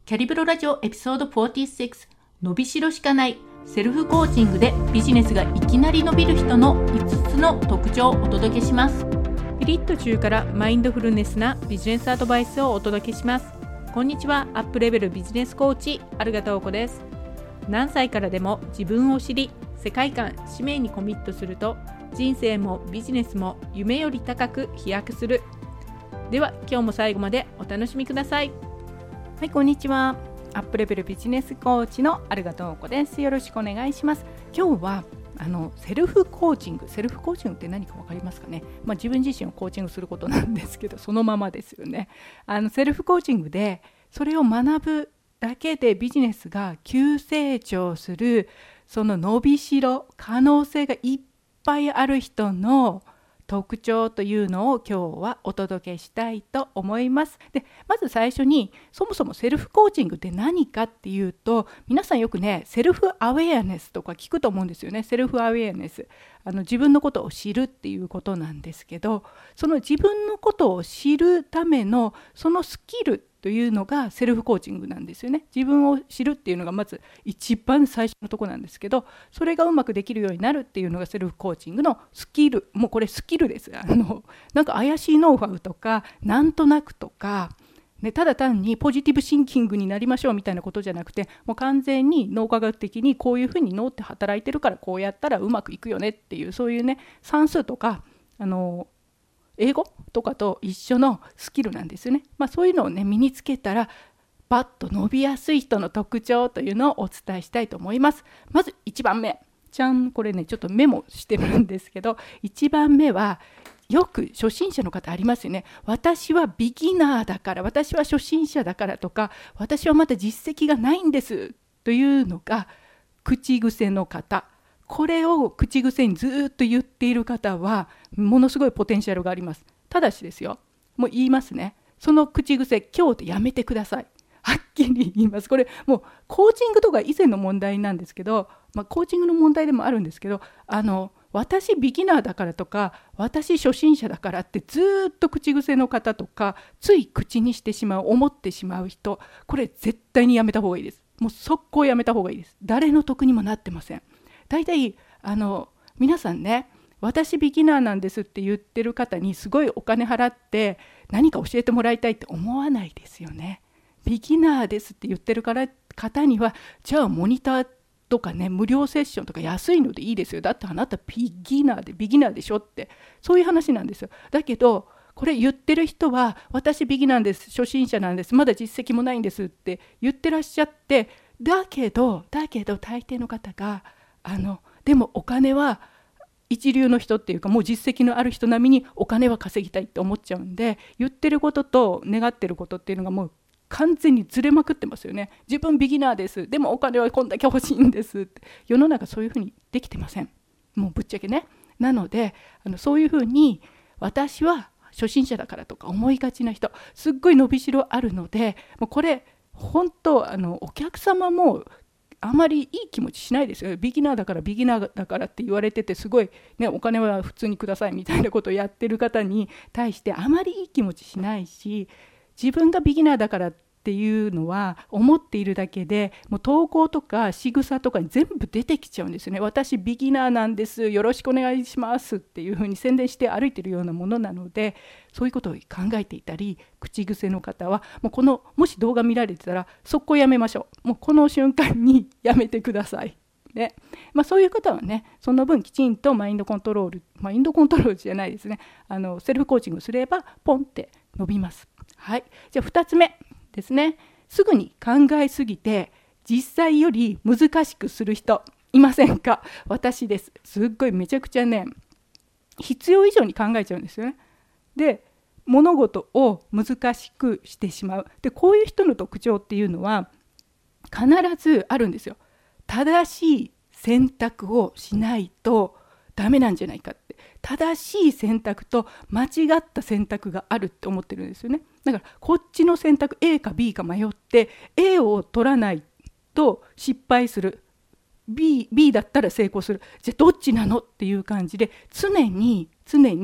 キャリブロラジオエピソード46、伸びしろしかないセルフコーチングでビジネスがいきなり伸びる人の5つの特徴をお届けします。ピリッと中からマインドフルネスなビジネスアドバイスをお届けします。こんにちは、アップレベルビジネスコーチアルガトーコです。何歳からでも自分を知り、世界観、使命にコミットすると人生もビジネスも夢より高く飛躍する。では今日も最後までお楽しみください。はい、こんにちは。アップレベルビジネスコーチのアルガトーコです。よろしくお願いします。今日はセルフコーチングって何か分かりますかね。自分自身をコーチングすることなんですけど、そのままですよね。セルフコーチングでそれを学ぶだけでビジネスが急成長する、その伸びしろ、可能性がいっぱいある人の特徴というのを今日はお届けしたいと思います。で、まず最初にそもそもセルフコーチングって何かっていうと、皆さんよくね、セルフアウェアネスとか聞くと思うんですよね。セルフアウェアネス、自分のことを知るっていうことなんですけど、その自分のことを知るためのそのスキルというのがセルフコーチングなんですよね。自分を知るっていうのがまず一番最初のところなんですけど、それがうまくできるようになるっていうのがセルフコーチングのスキル。もうこれスキルです。なんか怪しいノウハウとかなんとなくとか、ただ単にポジティブシンキングになりましょうみたいなことじゃなくて、もう完全に脳科学的にこういうふうに脳って働いてるからこうやったらうまくいくよねっていう、そういうね、算数とか英語とかと一緒のスキルなんですよね。そういうのをね、身につけたらバッと伸びやすい人の特徴というのをお伝えしたいと思います。まず1番目、これねちょっとメモしてるんですけど、1番目はよく初心者の方ありますよね。私はビギナーだから、私は初心者だからとか、私はまだ実績がないんですというのが口癖の方。これを口癖にずっと言っている方はものすごいポテンシャルがあります。ただしですよ、もう言いますね。その口癖今日でやめてください。はっきり言います。これもうコーチングとか以前の問題なんですけど、コーチングの問題でもあるんですけど、私ビギナーだからとか、私初心者だからってずっと口癖の方とか、つい口にしてしまう、思ってしまう人、これ絶対にやめた方がいいです。もう速攻やめた方がいいです。誰の得にもなってません。大体皆さんね、私ビギナーなんですって言ってる方にすごいお金払って何か教えてもらいたいって思わないですよね。ビギナーですって言ってる方には、じゃあモニターとかね、無料セッションとか安いのでいいですよ。だってあなたビギナーでしょって、そういう話なんですよ。だけどこれ言ってる人は、私ビギナーです、初心者なんです、まだ実績もないんですって言ってらっしゃって、だけど大抵の方がでもお金は一流の人っていうか、もう実績のある人並みにお金は稼ぎたいって思っちゃうんで、言ってることと願ってることっていうのがもう完全にずれまくってますよね。自分ビギナーです、でもお金はこんだけ欲しいんですって。世の中そういうふうにできてません。もうぶっちゃけね。なのでそういうふうに私は初心者だからとか思いがちな人、すっごい伸びしろあるので、もうこれ本当お客様もあまりいい気持ちしないですよ。ビギナーだからって言われてて、すごいね、お金は普通にくださいみたいなことをやってる方に対してあまりいい気持ちしないし、自分がビギナーだからっていうのは思っているだけで、もう投稿とか仕草とかに全部出てきちゃうんですよね。私ビギナーなんです、よろしくお願いしますっていうふうに宣伝して歩いてるようなものなので、そういうことを考えていたり、口癖の方はもし動画見られてたら速攻やめましょう。もうこの瞬間にやめてくださいね。そういう方はね、その分きちんとマインドコントロールじゃないですね、セルフコーチングすればポンって伸びます。はい、じゃあ2つ目ですね。すぐに考えすぎて実際より難しくする人いませんか？私です。すっごいめちゃくちゃね、必要以上に考えちゃうんですよね。で、物事を難しくしてしまう。で、こういう人の特徴っていうのは必ずあるんですよ。正しい選択をしないとダメなんじゃないかって。正しい選択と間違った選択があるって思ってるんですよね。だからこっちの選択 A か B か迷って A を取らないと失敗する、 B だったら成功する、じゃあどっちなのっていう感じで常に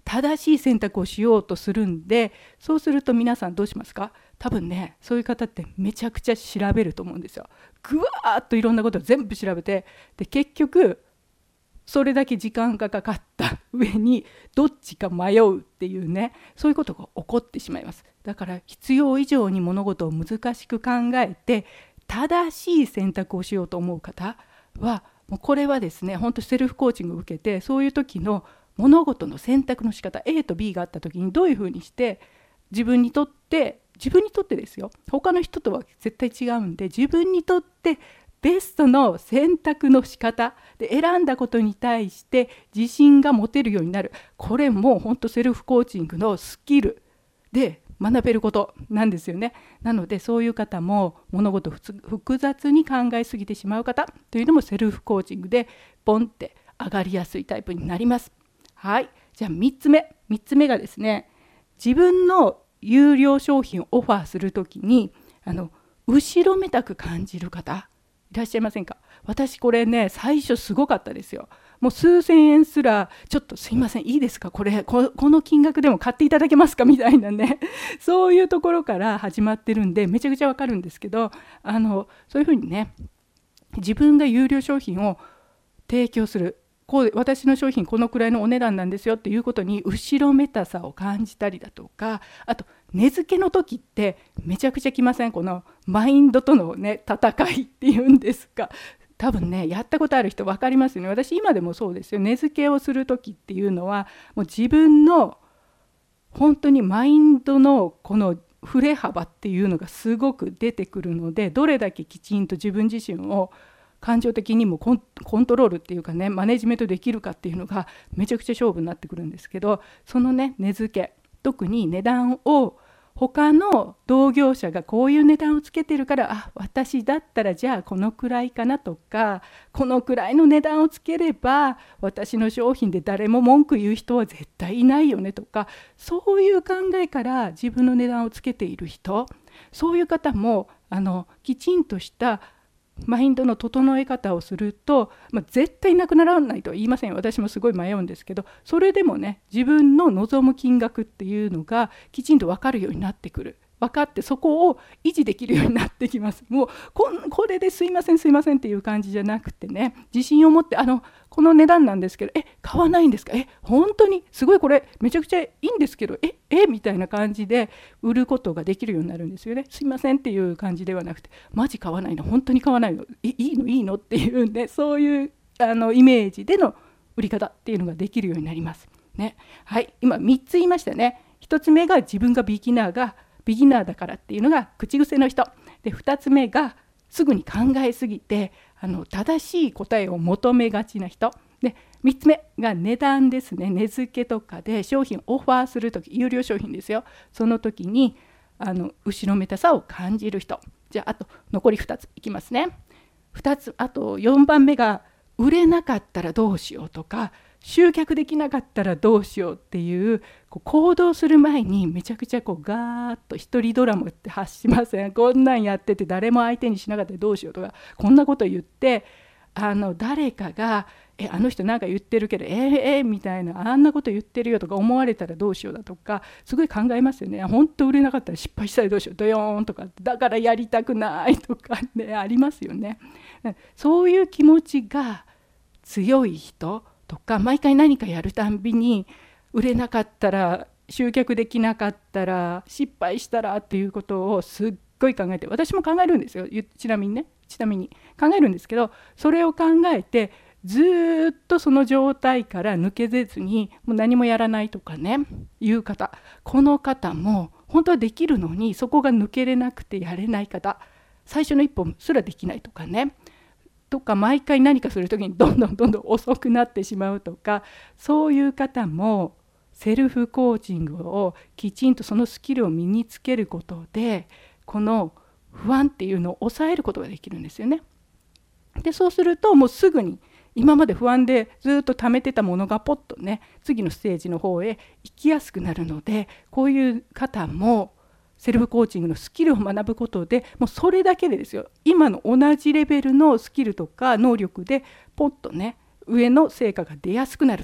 正しい選択をしようとするんで、そうすると皆さんどうしますか？多分ね、そういう方ってめちゃくちゃ調べると思うんですよ。ぐわーっといろんなことを全部調べて、で結局それだけ時間がかかった上にどっちか迷うっていうね、そういうことが起こってしまいます。だから必要以上に物事を難しく考えて正しい選択をしようと思う方は、もうこれはですね、本当セルフコーチングを受けて、そういう時の物事の選択の仕方 A と B があった時にどういうふうにして自分にとってですよ、他の人とは絶対違うんで、自分にとってベストの選択の仕方で選んだことに対して自信が持てるようになる。これも本当セルフコーチングのスキルで学べることなんですよね。なのでそういう方も物事を複雑に考えすぎてしまう方というのもセルフコーチングでポンって上がりやすいタイプになります。はい、じゃあ3つ目がですね、自分の有料商品をオファーするときに後ろめたく感じる方いらっしゃいませんか？私これね、最初すごかったですよ。もう数千円すらちょっとすいませんいいですか、この金額でも買っていただけますかみたいなねそういうところから始まってるんでめちゃくちゃわかるんですけど、そういうふうにね、自分が有料商品を提供する、私の商品このくらいのお値段なんですよっていうことに後ろめたさを感じたりだとか、あと値付けの時ってめちゃくちゃきません？このマインドとのね戦いっていうんですか、多分ねやったことある人分かりますよね。私今でもそうですよ。値付けをする時っていうのはもう自分の本当にマインドのこの振れ幅っていうのがすごく出てくるので、どれだけきちんと自分自身を感情的にもコントロールっていうかね、マネジメントできるかっていうのがめちゃくちゃ勝負になってくるんですけど、そのね値付け、特に値段を他の同業者がこういう値段をつけてるから、私だったらじゃあこのくらいかなとか、このくらいの値段をつければ私の商品で誰も文句言う人は絶対いないよねとか、そういう考えから自分の値段をつけている人、そういう方もきちんとしたマインドの整え方をすると、絶対なくならないとは言いません。私もすごい迷うんですけど、それでもね自分の望む金額っていうのがきちんと分かるようになってくる。分かってそこを維持できるようになってきます。もうこれですいませんっていう感じじゃなくてね、自信を持ってこの値段なんですけど買わないんですか、本当にすごいこれめちゃくちゃいいんですけどみたいな感じで売ることができるようになるんですよね。すいませんっていう感じではなくて、マジ買わないの、本当に買わないの、いいのっていうんで、そういうイメージでの売り方っていうのができるようになりますね。はい、今3つ言いましたね。1つ目が自分がビギナーだからっていうのが口癖の人で、2つ目がすぐに考えすぎて正しい答えを求めがちな人で、3つ目が値段ですね。値付けとかで商品をオファーするとき、有料商品ですよ、その時に後ろめたさを感じる人。じゃああと残り2ついきますね。あと4番目が売れなかったらどうしようとか、集客できなかったらどうしようっていう行動する前にめちゃくちゃガーッと一人ドラマって発しません？こんなんやってて誰も相手にしなかったらどうしようとか、こんなこと言って誰かがあの人なんか言ってるけどみたいな、あんなこと言ってるよとか思われたらどうしようだとかすごい考えますよね。本当売れなかったら失敗したらどうしよう、ドヨーンとか、だからやりたくないとかね、ありますよね。そういう気持ちが強い人とか、毎回何かやるたんびに売れなかったら、集客できなかったら、失敗したらっていうことをすっごい考えて、私も考えるんですよ。ちなみに考えるんですけど、それを考えてずっとその状態から抜け出ずにもう何もやらないとかねいう方、この方も本当はできるのにそこが抜けれなくてやれない方、最初の一歩すらできないとかね、とか毎回何かするときにどんどん遅くなってしまうとか、そういう方もセルフコーチングをきちんとそのスキルを身につけることで、この不安っていうのを抑えることができるんですよね。でそうするともうすぐに今まで不安でずっと溜めてたものがポッとね次のステージの方へ行きやすくなるので、こういう方もセルフコーチングのスキルを学ぶことで、もうそれだけでですよ、今の同じレベルのスキルとか能力でポッとね上の成果が出やすくなると。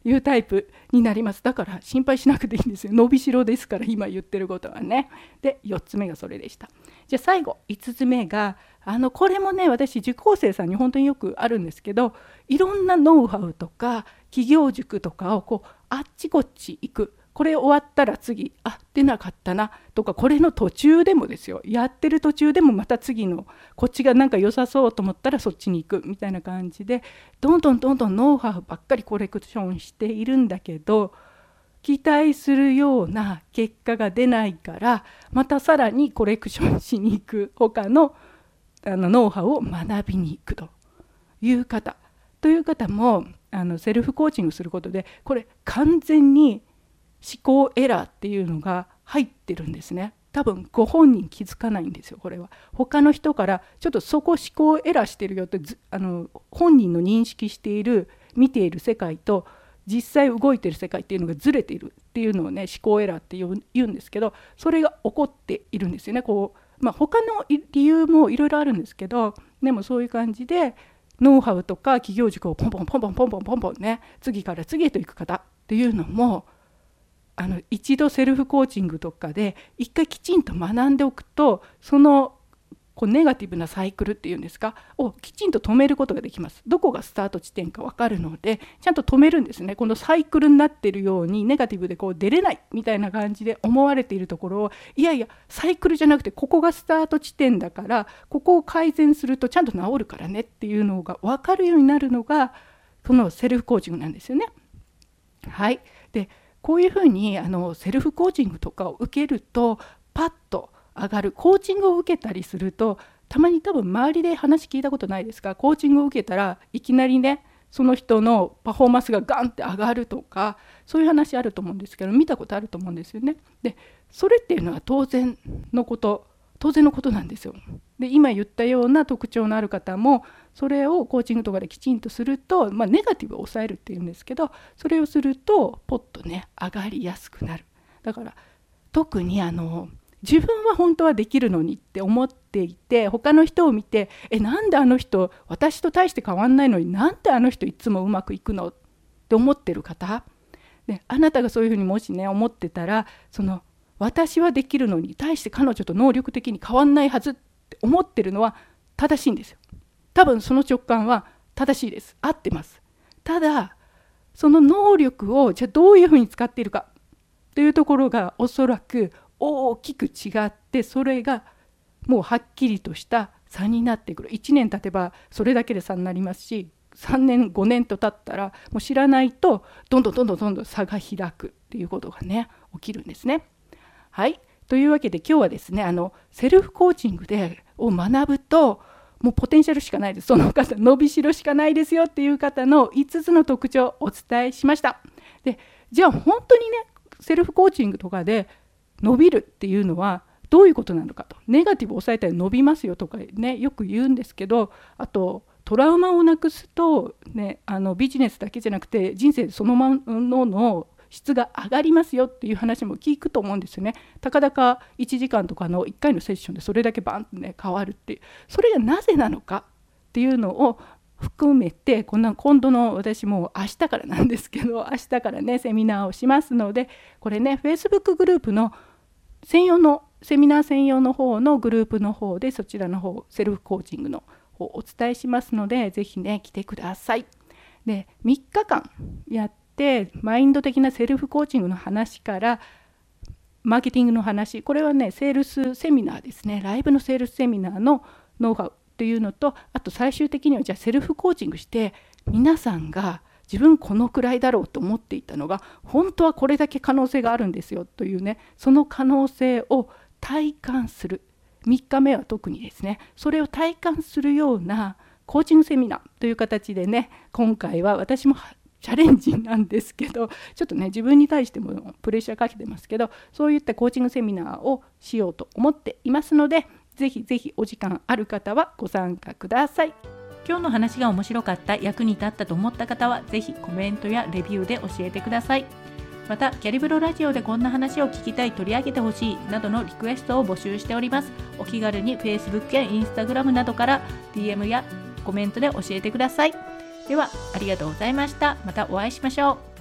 いうタイプになります。だから心配しなくていいんですよ。伸びしろですから、今言ってることはね。で、4つ目がそれでした。じゃあ最後5つ目がこれもね、私受講生さんに本当によくあるんですけど、いろんなノウハウとか企業塾とかをあっちこっち行く。これ終わったら次、出なかったなとか、これの途中でもですよ、やってる途中でもまた次のこっちがなんか良さそうと思ったらそっちに行くみたいな感じで、どんどんノウハウばっかりコレクションしているんだけど、期待するような結果が出ないから、またさらにコレクションしに行く、他のノウハウを学びに行くという方もセルフコーチングすることで、これ完全に思考エラーっていうのが入ってるんですね。多分ご本人気づかないんですよ。これは他の人からちょっとそこ思考エラーしてるよって本人の認識している見ている世界と実際動いている世界っていうのがずれているっていうのをね、思考エラーって言うんですけど、それが起こっているんですよね。他の理由もいろいろあるんですけど、でもそういう感じでノウハウとか企業塾をポンポンね、次から次へと行く方っていうのも一度セルフコーチングとかで一回きちんと学んでおくと、そのネガティブなサイクルっていうんですかをきちんと止めることができます。どこがスタート地点か分かるので、ちゃんと止めるんですね。このサイクルになっているようにネガティブで出れないみたいな感じで思われているところを、いやサイクルじゃなくてここがスタート地点だから、ここを改善するとちゃんと治るからねっていうのが分かるようになるのがこのセルフコーチングなんですよね。はい。でこういうふうにセルフコーチングとかを受けるとパッと上がる。コーチングを受けたりすると、たまに多分周りで話聞いたことないですか、コーチングを受けたらいきなりね、その人のパフォーマンスがガンって上がるとか、そういう話あると思うんですけど、見たことあると思うんですよね。でそれっていうのは当然のことなんですよ。で今言ったような特徴のある方もそれをコーチングとかできちんとすると、ネガティブを抑えるっていうんですけど、それをするとポッとね上がりやすくなる。だから特に自分は本当はできるのにって思っていて、他の人を見てなんであの人私と大して変わんないのに、なんであの人いつもうまくいくのって思ってる方で、あなたがそういうふうにもしね思ってたら、私はできるのに対して彼女と能力的に変わんないはずって思ってるのは正しいんですよ。多分その直感は正しいです。合ってます。ただその能力をじゃあどういうふうに使っているかというところがおそらく大きく違って、それがもうはっきりとした差になってくる。1年経てばそれだけで差になりますし、3年5年と経ったらもう知らないとどんどん差が開くっていうことがね起きるんですね。はい。というわけで今日はですね、セルフコーチングを学ぶともうポテンシャルしかないです。その方伸びしろしかないですよっていう方の5つの特徴をお伝えしました。でじゃあ本当にねセルフコーチングとかで伸びるっていうのはどういうことなのかと。ネガティブを抑えたら伸びますよとかねよく言うんですけど、あとトラウマをなくすとね、ビジネスだけじゃなくて人生そのものの質が上がりますよっていう話も聞くと思うんですよね。たかだか1時間とかの1回のセッションでそれだけバンとね変わるっていう、それがなぜなのかっていうのを含めて今度の私も明日からなんですけど、明日からねセミナーをしますので、これね Facebook グループの専用のセミナー専用の方のグループの方で、そちらの方セルフコーチングの方お伝えしますので、ぜひね来てください。で3日間やってマインド的なセルフコーチングの話からマーケティングの話、これはねセールスセミナーですね、ライブのセールスセミナーのノウハウっていうのと、あと最終的にはじゃあセルフコーチングして皆さんが自分このくらいだろうと思っていたのが本当はこれだけ可能性があるんですよというね、その可能性を体感する。3日目は特にですね、それを体感するようなコーチングセミナーという形でね、今回は私もチャレンジなんですけど、ちょっとね自分に対してもプレッシャーかけてますけど、そういったコーチングセミナーをしようと思っていますので、ぜひぜひお時間ある方はご参加ください。 今日の話が面白かった、役に立ったと思った方はぜひコメントやレビューで教えてください。またキャリブロラジオでこんな話を聞きたい、取り上げてほしいなどのリクエストを募集しております。お気軽に Facebook や Instagram などから DM やコメントで教えてください。ではありがとうございました。またお会いしましょう。